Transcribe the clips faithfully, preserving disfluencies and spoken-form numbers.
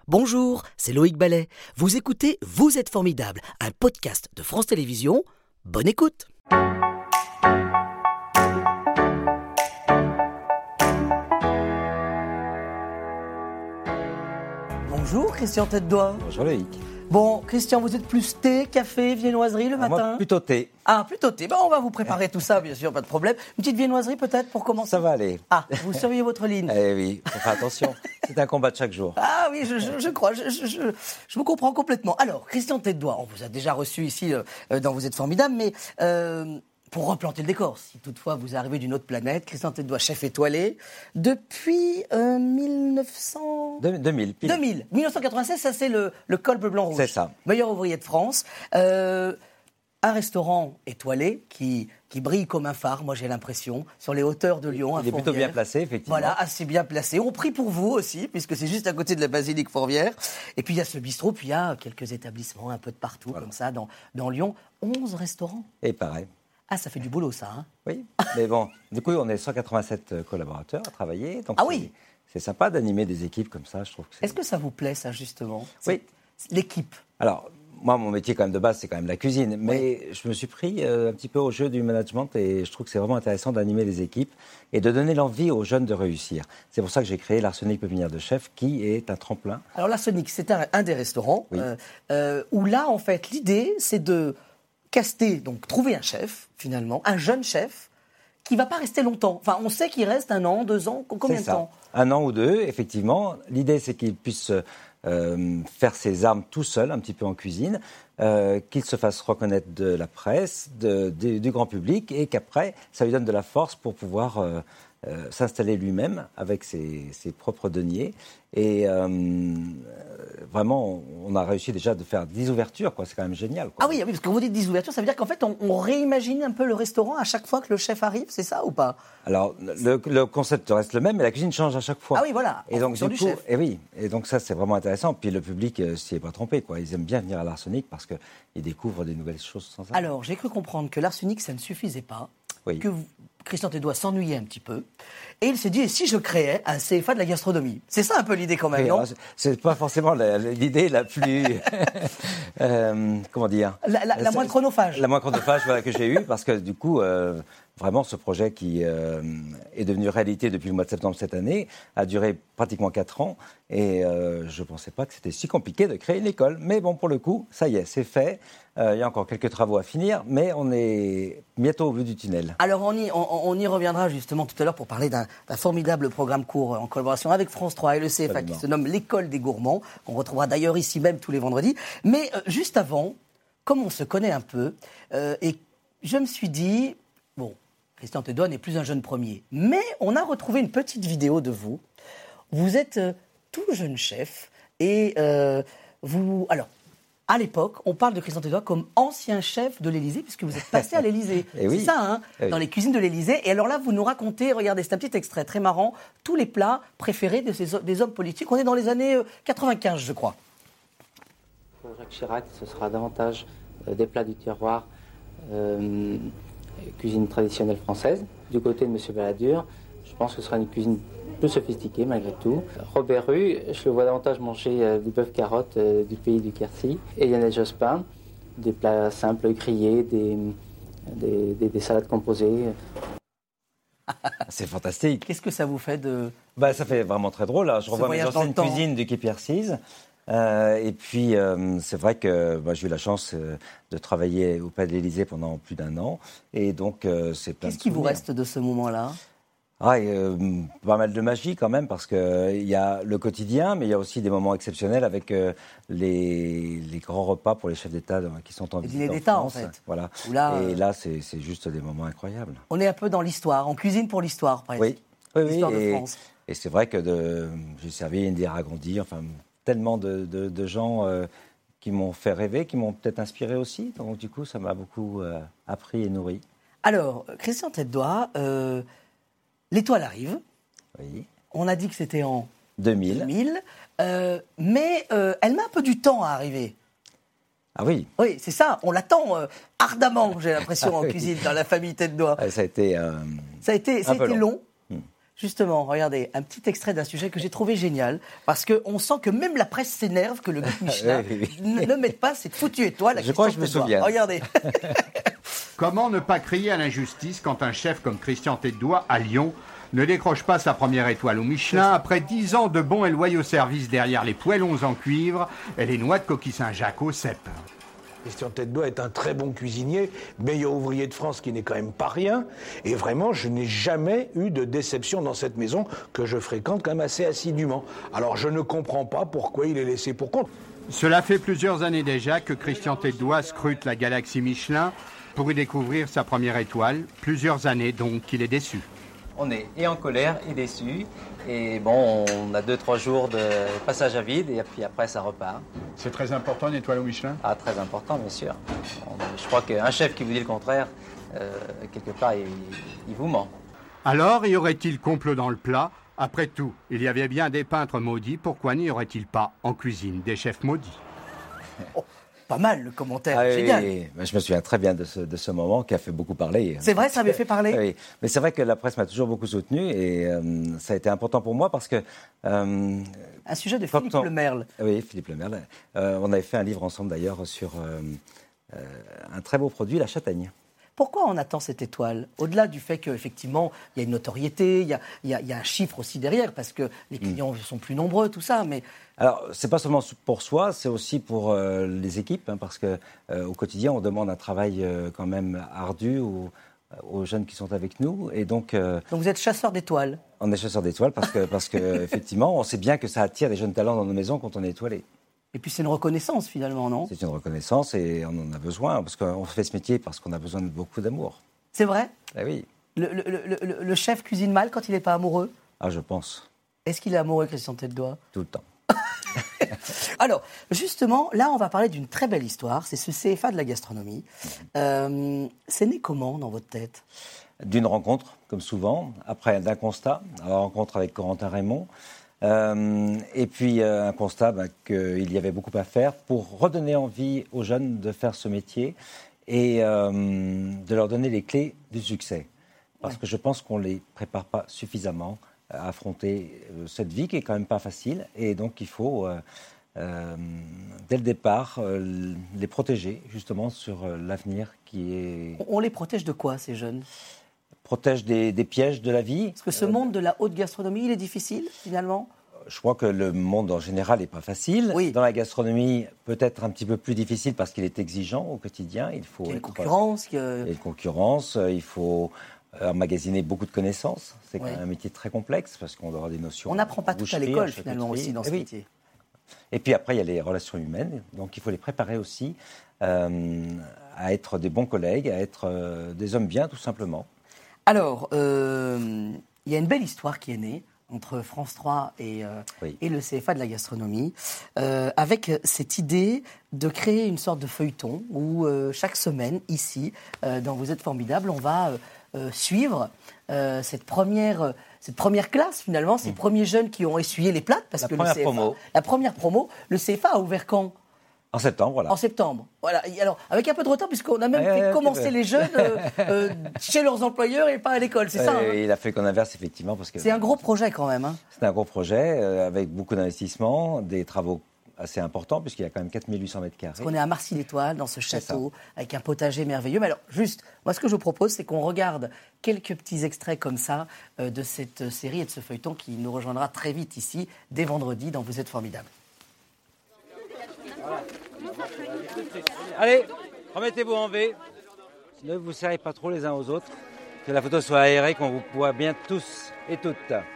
Bonjour, c'est Loïc Ballet. Vous écoutez Vous êtes formidable, un podcast de France Télévisions. Bonne écoute. Bonjour Christian Tête-Doigt. Bonjour Loïc. Bon, Christian, vous êtes plus thé, café, viennoiserie le ah, matin? Moi, plutôt thé. Ah, plutôt thé. Bon, on va vous préparer tout ça, bien sûr, pas de problème. Une petite viennoiserie peut-être pour commencer? Ça va aller. Ah, vous surveillez votre ligne? Eh oui, faut faire attention. C'est un combat de chaque jour. Ah oui, je, je, je crois, je, je, je, je vous comprends complètement. Alors, Christian Tête-Doigt, on vous a déjà reçu ici euh, dans Vous êtes formidable, mais... Euh, pour replanter le décor, si toutefois vous arrivez d'une autre planète, Christian Tête-Doigt, chef étoilé, depuis euh, mille neuf cents... De, deux mille, pile. deux mille. dix-neuf cent quatre-vingt-seize, ça c'est le, le col bleu blanc rouge. C'est ça. Meilleur ouvrier de France. Euh, un restaurant étoilé qui, qui brille comme un phare, moi j'ai l'impression, sur les hauteurs de Lyon. Il est plutôt bien placé, effectivement. Voilà, assez bien placé. On prie pour vous aussi, puisque c'est juste à côté de la basilique Fourvière. Et puis il y a ce bistrot, puis il y a quelques établissements un peu de partout, voilà, comme ça, dans, dans Lyon. onze restaurants. Et pareil. Ah, ça fait du boulot, ça. Hein. Oui, mais bon, du coup, on est cent quatre-vingt-sept collaborateurs à travailler. Donc ah c'est, oui. C'est sympa d'animer des équipes comme ça, je trouve. Que c'est... Est-ce que ça vous plaît, ça, justement? Oui. C'est l'équipe. Alors, moi, mon métier, quand même, de base, c'est quand même la cuisine. Mais oui. Je me suis pris euh, un petit peu au jeu du management et je trouve que c'est vraiment intéressant d'animer les équipes et de donner l'envie aux jeunes de réussir. C'est pour ça que j'ai créé l'Arsenic Pépinière de Chef, qui est un tremplin. Alors, l'Arsenic, c'est un, un des restaurants oui. euh, euh, où là, en fait, l'idée, c'est de... caster, donc trouver un chef, finalement, un jeune chef, qui ne va pas rester longtemps. Enfin, on sait qu'il reste un an, deux ans, combien c'est de ça. temps? Un an ou deux, effectivement. L'idée, c'est qu'il puisse euh, faire ses armes tout seul, un petit peu en cuisine, euh, qu'il se fasse reconnaître de la presse, de, de, du grand public, et qu'après, ça lui donne de la force pour pouvoir euh, euh, s'installer lui-même avec ses, ses propres deniers. Et euh, vraiment, on a réussi déjà de faire dix ouvertures, quoi. C'est quand même génial. Quoi. Ah oui, oui, parce que quand vous dites dix ouvertures, ça veut dire qu'en fait, on, on réimagine un peu le restaurant à chaque fois que le chef arrive, c'est ça ou pas? Alors, le, le concept reste le même, mais la cuisine change à chaque fois. Ah oui, voilà. Et donc, du, du coup, chef. Et oui, et donc ça, c'est vraiment intéressant. Puis le public euh, s'y est pas trompé, quoi. Ils aiment bien venir à l'Arsenic parce qu'ils découvrent des nouvelles choses sans arrêt. Alors, j'ai cru comprendre que l'Arsenic, ça ne suffisait pas, oui. que vous, Christian Tête-Doigt s'ennuyait un petit peu, et il s'est dit, et si je créais un C F A de la gastronomie? C'est ça un peu l'idée quand même, oui, non? alors, c'est pas forcément la, l'idée la plus, euh, comment dire, la, la, la moins chronophage. La moins chronophage, voilà, que j'ai eue, parce que du coup, euh, vraiment, ce projet qui euh, est devenu réalité depuis le mois de septembre cette année a duré pratiquement quatre ans, et euh, je ne pensais pas que c'était si compliqué de créer une école. Mais bon, pour le coup, ça y est, c'est fait. Euh, il y a encore quelques travaux à finir, mais on est bientôt au bout du tunnel. Alors, on y, on, on y reviendra justement tout à l'heure pour parler d'un, d'un formidable programme court en collaboration avec France trois et le C F A Absolument. Qui se nomme l'École des gourmands. On retrouvera d'ailleurs ici même tous les vendredis. Mais euh, juste avant, comme on se connaît un peu, euh, et je me suis dit, bon, Christian Tête-Doigt n'est plus un jeune premier, mais on a retrouvé une petite vidéo de vous. Vous êtes euh, tout jeune chef et euh, vous... Alors, à l'époque, on parle de Christian Tête-Doigt comme ancien chef de l'Élysée, puisque vous êtes passé à l'Élysée. C'est oui. ça, hein, oui. Dans les cuisines de l'Élysée. Et alors là, vous nous racontez, regardez, c'est un petit extrait très marrant, tous les plats préférés de ces, des hommes politiques. On est dans les années quatre-vingt-quinze, je crois. Pour Jacques Chirac, ce sera davantage euh, des plats du terroir, euh, cuisine traditionnelle française. Du côté de M. Balladur, je pense que ce sera une cuisine plus sophistiqué malgré tout. Robert Rue, je le vois davantage manger euh, du bœuf carotte euh, du pays du Quercy. Et Lionel Jospin, des plats simples grillés, des, des, des, des salades composées. C'est fantastique. Qu'est-ce que ça vous fait de... Bah, ça fait vraiment très drôle. Là. Je revois mes anciennes cuisines du Quai Pierre-Cise. Euh, et puis, euh, c'est vrai que bah, j'ai eu la chance euh, de travailler au Palais de l'Élysée pendant plus d'un an. Et donc, euh, c'est plein Qu'est-ce de qui vous reste de ce moment-là? Ah, et, euh, pas mal de magie quand même, parce qu'il euh, y a le quotidien, mais il y a aussi des moments exceptionnels avec euh, les, les grands repas pour les chefs d'État euh, qui sont en visite en d'État, France. En fait. Voilà. Là, et là, c'est, c'est juste des moments incroyables. On est un peu dans l'histoire, on cuisine pour l'histoire, presque. Oui, oui, l'histoire oui. de Et, France. et c'est vrai que de, j'ai servi Indira Ragondhi, enfin, tellement de, de, de gens euh, qui m'ont fait rêver, qui m'ont peut-être inspiré aussi. Donc, du coup, ça m'a beaucoup euh, appris et nourri. Alors, Christian Tête-Doigt, euh, l'étoile arrive. Oui. On a dit que c'était en deux mille. deux mille euh, mais euh, elle met un peu du temps à arriver. Ah oui. Oui, c'est ça. On l'attend euh, ardemment, j'ai l'impression, en ah oui. cuisine, dans la famille Tête-Doigt. Ah, ça a été, euh, ça a été, ça a été long. long. Hmm. Justement, regardez, un petit extrait d'un sujet que j'ai trouvé génial, parce qu'on sent que même la presse s'énerve que le guide Michelin oui, oui. ne, ne mette pas cette foutue étoile à Je crois que je me Christian souviens. Tête-Doigt. Regardez. Comment ne pas crier à l'injustice quand un chef comme Christian Tête-Doigt, à Lyon, ne décroche pas sa première étoile au Michelin après dix ans de bons et loyaux services derrière les poêlons en cuivre et les noix de coquille Saint-Jacques au cèpe. Christian Tête-Doigt est un très bon cuisinier, meilleur ouvrier de France, qui n'est quand même pas rien. Et vraiment, je n'ai jamais eu de déception dans cette maison que je fréquente quand même assez assidûment. Alors je ne comprends pas pourquoi il est laissé pour compte. Cela fait plusieurs années déjà que Christian Tête-Doigt scrute la galaxie Michelin pour y découvrir sa première étoile. Plusieurs années donc qu'il est déçu. On est et en colère et déçu. Et bon, on a deux, trois jours de passage à vide et puis après ça repart. C'est très important une étoile au Michelin ? Ah, très important, bien sûr. On- je crois qu'un chef qui vous dit le contraire, euh, quelque part, il, il vous ment. Alors, y aurait-il complot dans le plat ? Après tout, il y avait bien des peintres maudits, pourquoi n'y aurait-il pas en cuisine des chefs maudits ? Oh, pas mal le commentaire, Ah oui, génial. oui, oui. Je me souviens très bien de ce, de ce moment qui a fait beaucoup parler. C'est vrai, ça avait fait parler. Oui, mais c'est vrai que la presse m'a toujours beaucoup soutenu et euh, ça a été important pour moi parce que... euh, Un sujet de Quand Philippe on- Lemerle. Oui, Philippe Lemerle. Euh, on avait fait un livre ensemble d'ailleurs sur euh, euh, un très beau produit, la châtaigne. Pourquoi on attend cette étoile ? Au-delà du fait qu'effectivement, il y a une notoriété, il y a, il y a- il y a un chiffre aussi derrière, parce que les clients sont plus nombreux, tout ça, mais Alors, c'est pas seulement pour soi, c'est aussi pour euh, les équipes, hein, parce que euh, au quotidien, on demande un travail euh, quand même ardu aux, aux jeunes qui sont avec nous, et donc euh, donc vous êtes chasseur d'étoiles. on est chasseurs d'étoiles parce que, parce que effectivement, on sait bien que ça attire des jeunes talents dans nos maisons quand on est étoilé. Et puis c'est une reconnaissance finalement, non ? C'est une reconnaissance et on en a besoin, parce qu'on fait ce métier parce qu'on a besoin de beaucoup d'amour. C'est vrai ? Ah oui, le, le- le- le- le chef cuisine mal quand il n'est pas amoureux ? ah, je pense, Est-ce qu'il est amoureux, Christian Tête-Doigt ? tout le temps. Alors, justement, là, on va parler d'une très belle histoire. C'est ce C F A de la gastronomie. Euh, c'est né comment dans votre tête ? D'une rencontre, comme souvent, après d'un constat, la rencontre avec Corentin Raymond, euh, et puis euh, un constat bah, qu'il y avait beaucoup à faire pour redonner envie aux jeunes de faire ce métier et euh, de leur donner les clés du succès. Parce que je pense qu'on ne les prépare pas suffisamment à affronter euh, cette vie qui est quand même pas facile, et donc il faut... euh, Euh, dès le départ, euh, les protéger justement sur euh, l'avenir qui est On on les protège de quoi, ces jeunes ? protège des, des pièges de la vie. Parce que ce monde de la haute gastronomie, il est difficile, finalement ? Je crois que le monde en général n'est pas facile. Oui. Dans la gastronomie, peut-être un petit peu plus difficile parce qu'il est exigeant au quotidien. Il faut Il y a une être- concurrence Il y que... a une concurrence. euh, Il faut euh, emmagasiner beaucoup de connaissances. C'est quand Ouais. même un métier très complexe parce qu'on doit avoir des notions. On n'apprend pas en tout à boucherie, l'école, en finalement, charcuterie. aussi, dans Eh ce oui. métier. Et puis après, il y a les relations humaines. Donc il faut les préparer aussi euh, à être des bons collègues, à être euh, des hommes bien, tout simplement. Alors, euh, il y a une belle histoire qui est née entre France trois et, euh, Oui. et le C F A de la gastronomie, euh, avec cette idée de créer une sorte de feuilleton où euh, chaque semaine, ici, euh, dans Vous êtes formidable, on va euh, euh, suivre euh, cette première... Cette première classe, finalement, ces premiers jeunes qui ont essuyé les plates, parce La que première le C F A, promo. la première promo, le C F A a ouvert quand ? En septembre, voilà. En septembre. Voilà. Et alors, avec un peu de retard, puisqu'on a même Ouais, fait ouais, commencer ouais. les jeunes euh, euh, chez leurs employeurs et pas à l'école, c'est ça Euh, hein Il a fait qu'on inverse effectivement parce que C'est un gros projet quand même. Hein. c'est un gros projet euh, avec beaucoup d'investissements, des travaux assez importants puisqu'il y a quand même quatre mille huit cents mètres carrés. On est à Marcy-l'Étoile, dans ce C'est château, avec un potager merveilleux. Mais alors, juste, moi, ce que je vous propose, c'est qu'on regarde quelques petits extraits comme ça euh, de cette série et de ce feuilleton qui nous rejoindra très vite ici, dès vendredi, dans Vous êtes formidable. Allez, remettez-vous en V. Ne vous serrez pas trop les uns aux autres. Que la photo soit aérée, qu'on vous voit bien tous et toutes.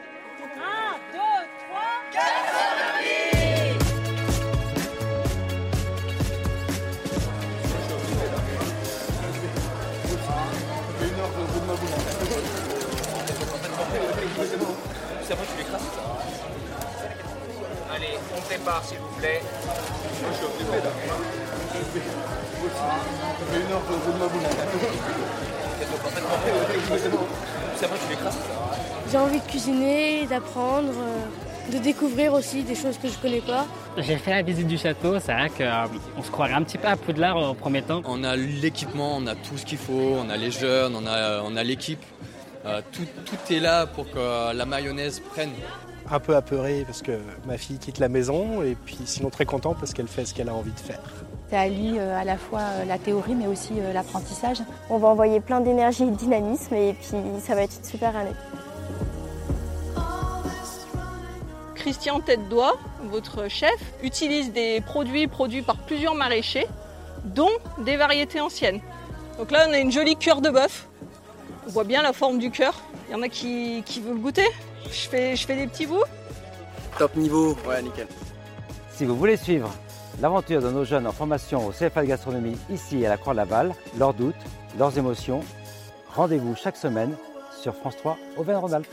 Allez, on prépare s'il vous plaît. J'ai envie de cuisiner, d'apprendre, euh, de découvrir aussi des choses que je connais pas. J'ai fait la visite du château, c'est vrai qu'on se croirait un petit peu à Poudlard au premier temps. On a l'équipement, on a tout ce qu'il faut, on a les jeunes, on a, on a l'équipe. Euh, tout, tout est là pour que la mayonnaise prenne. Un peu apeuré parce que ma fille quitte la maison et puis sinon très content parce qu'elle fait ce qu'elle a envie de faire. Ça allie euh, à la fois euh, la théorie mais aussi euh, l'apprentissage. On va envoyer plein d'énergie et de dynamisme et puis ça va être une super année. Christian Tête-Doigt, votre chef, utilise des produits produits par plusieurs maraîchers, dont des variétés anciennes. Donc là, on a une jolie cœur de bœuf. On voit bien la forme du cœur. Il y en a qui, qui veulent goûter. Je fais, je fais des petits bouts. Top niveau, ouais, nickel. Si vous voulez suivre l'aventure de nos jeunes en formation au C F A de gastronomie ici à la Croix-de-Laval, leurs doutes, leurs émotions, rendez-vous chaque semaine sur France trois Auvergne-Rhône-Alpes.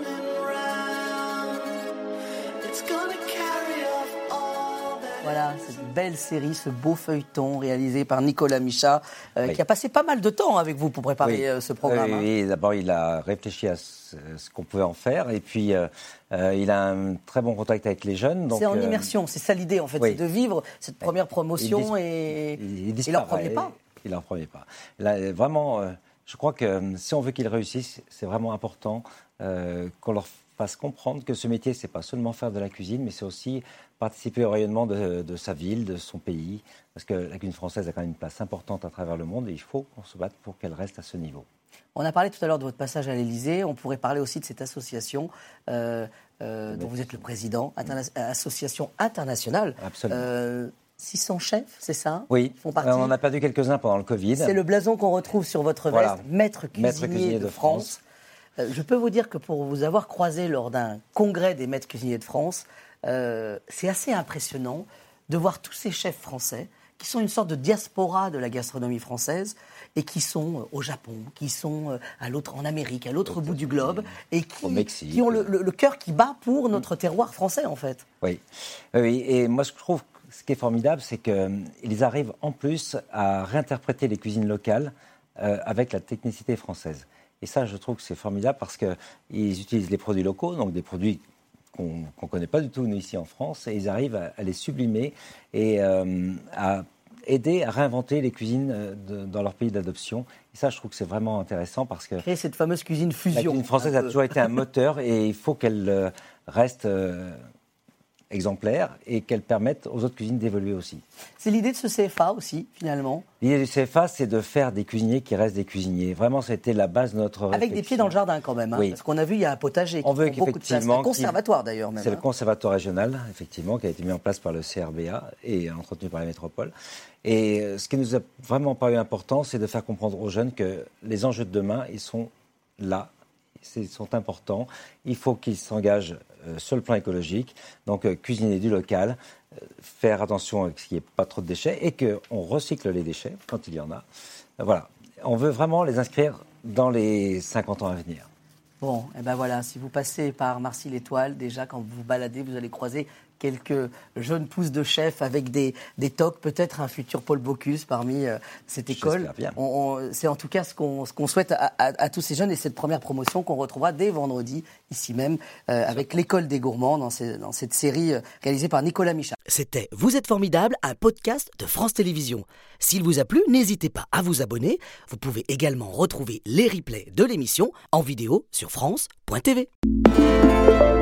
Voilà, cette belle série, ce beau feuilleton réalisé par Nicolas Micha, euh, oui. qui a passé pas mal de temps avec vous pour préparer oui. euh, ce programme. Oui, oui. Hein. D'abord, il a réfléchi à ce, ce qu'on pouvait en faire, et puis euh, euh, il a un très bon contact avec les jeunes. Donc, c'est en euh, immersion, c'est ça l'idée en fait, oui. c'est de vivre cette première promotion il et, il, il et leur premier pas. Il leur premier pas. Là, vraiment, euh, je crois que euh, si on veut qu'ils réussissent, c'est vraiment important euh, qu'on leur fasse comprendre que ce métier, c'est pas seulement faire de la cuisine, mais c'est aussi participer au rayonnement de, de sa ville, de son pays, parce que la cuisine française a quand même une place importante à travers le monde et il faut qu'on se batte pour qu'elle reste à ce niveau. On a parlé tout à l'heure de votre passage à l'Élysée, on pourrait parler aussi de cette association euh, euh, dont vous êtes le président, interna- association internationale. Absolument. Euh, six cents chefs, c'est ça? Oui, font partie. On en a perdu quelques-uns pendant le Covid. C'est le blason qu'on retrouve sur votre veste, voilà. maître cuisinier, maître cuisinier de, de France. France. Euh, je peux vous dire que pour vous avoir croisé lors d'un congrès des maîtres cuisiniers de France, euh, c'est assez impressionnant de voir tous ces chefs français qui sont une sorte de diaspora de la gastronomie française et qui sont au Japon, qui sont à l'autre, en Amérique, à l'autre bout du globe, et qui, Mexique, qui ont le, le, le cœur qui bat pour notre terroir français, en fait. Oui, oui. Et moi, je trouve que ce qui est formidable, c'est qu'ils arrivent en plus à réinterpréter les cuisines locales euh, avec la technicité française. Et ça, je trouve que c'est formidable parce qu'ils utilisent les produits locaux, donc des produits qu'on ne connaît pas du tout, nous, ici en France, et ils arrivent à, à les sublimer et euh, à aider à réinventer les cuisines de, dans leur pays d'adoption. Et ça, je trouve que c'est vraiment intéressant parce que... Créer cette fameuse cuisine fusion. La cuisine française a toujours été un moteur et il faut qu'elle euh, reste euh, exemplaire et qu'elle permette aux autres cuisines d'évoluer aussi. C'est l'idée de ce C F A aussi, finalement. L'idée du C F A, c'est de faire des cuisiniers qui restent des cuisiniers. Vraiment, c'était la base de notre réflexion. Avec des pieds dans le jardin quand même, hein, oui. Parce qu'on a vu, il y a un potager qui On veut prend beaucoup de place. Un conservatoire d'ailleurs même. C'est hein. le conservatoire régional, effectivement, qui a été mis en place par le C R B A et entretenu par la métropole. Et ce qui nous a vraiment paru important, c'est de faire comprendre aux jeunes que les enjeux de demain, ils sont là, ils sont importants. Il faut qu'ils s'engagent euh, sur le plan écologique, donc euh, cuisiner du local, euh, faire attention à ce qu'il n'y ait pas trop de déchets et qu'on recycle les déchets quand il y en a. Euh, voilà, on veut vraiment les inscrire dans les cinquante ans à venir. Bon, et ben voilà, si vous passez par Marcy-l'Étoile, déjà quand vous vous baladez, vous allez croiser quelques jeunes pousses de chefs avec des, des toques, peut-être un futur Paul Bocuse parmi euh, cette école. Bien. On, on, c'est en tout cas ce qu'on, ce qu'on souhaite à, à, à tous ces jeunes et cette première promotion qu'on retrouvera dès vendredi, ici même, euh, avec l'École des Gourmands, dans, ces, dans cette série euh, réalisée par Nicolas Micha. C'était Vous êtes formidable, un podcast de France Télévisions. S'il vous a plu, n'hésitez pas à vous abonner. Vous pouvez également retrouver les replays de l'émission en vidéo sur France point T V.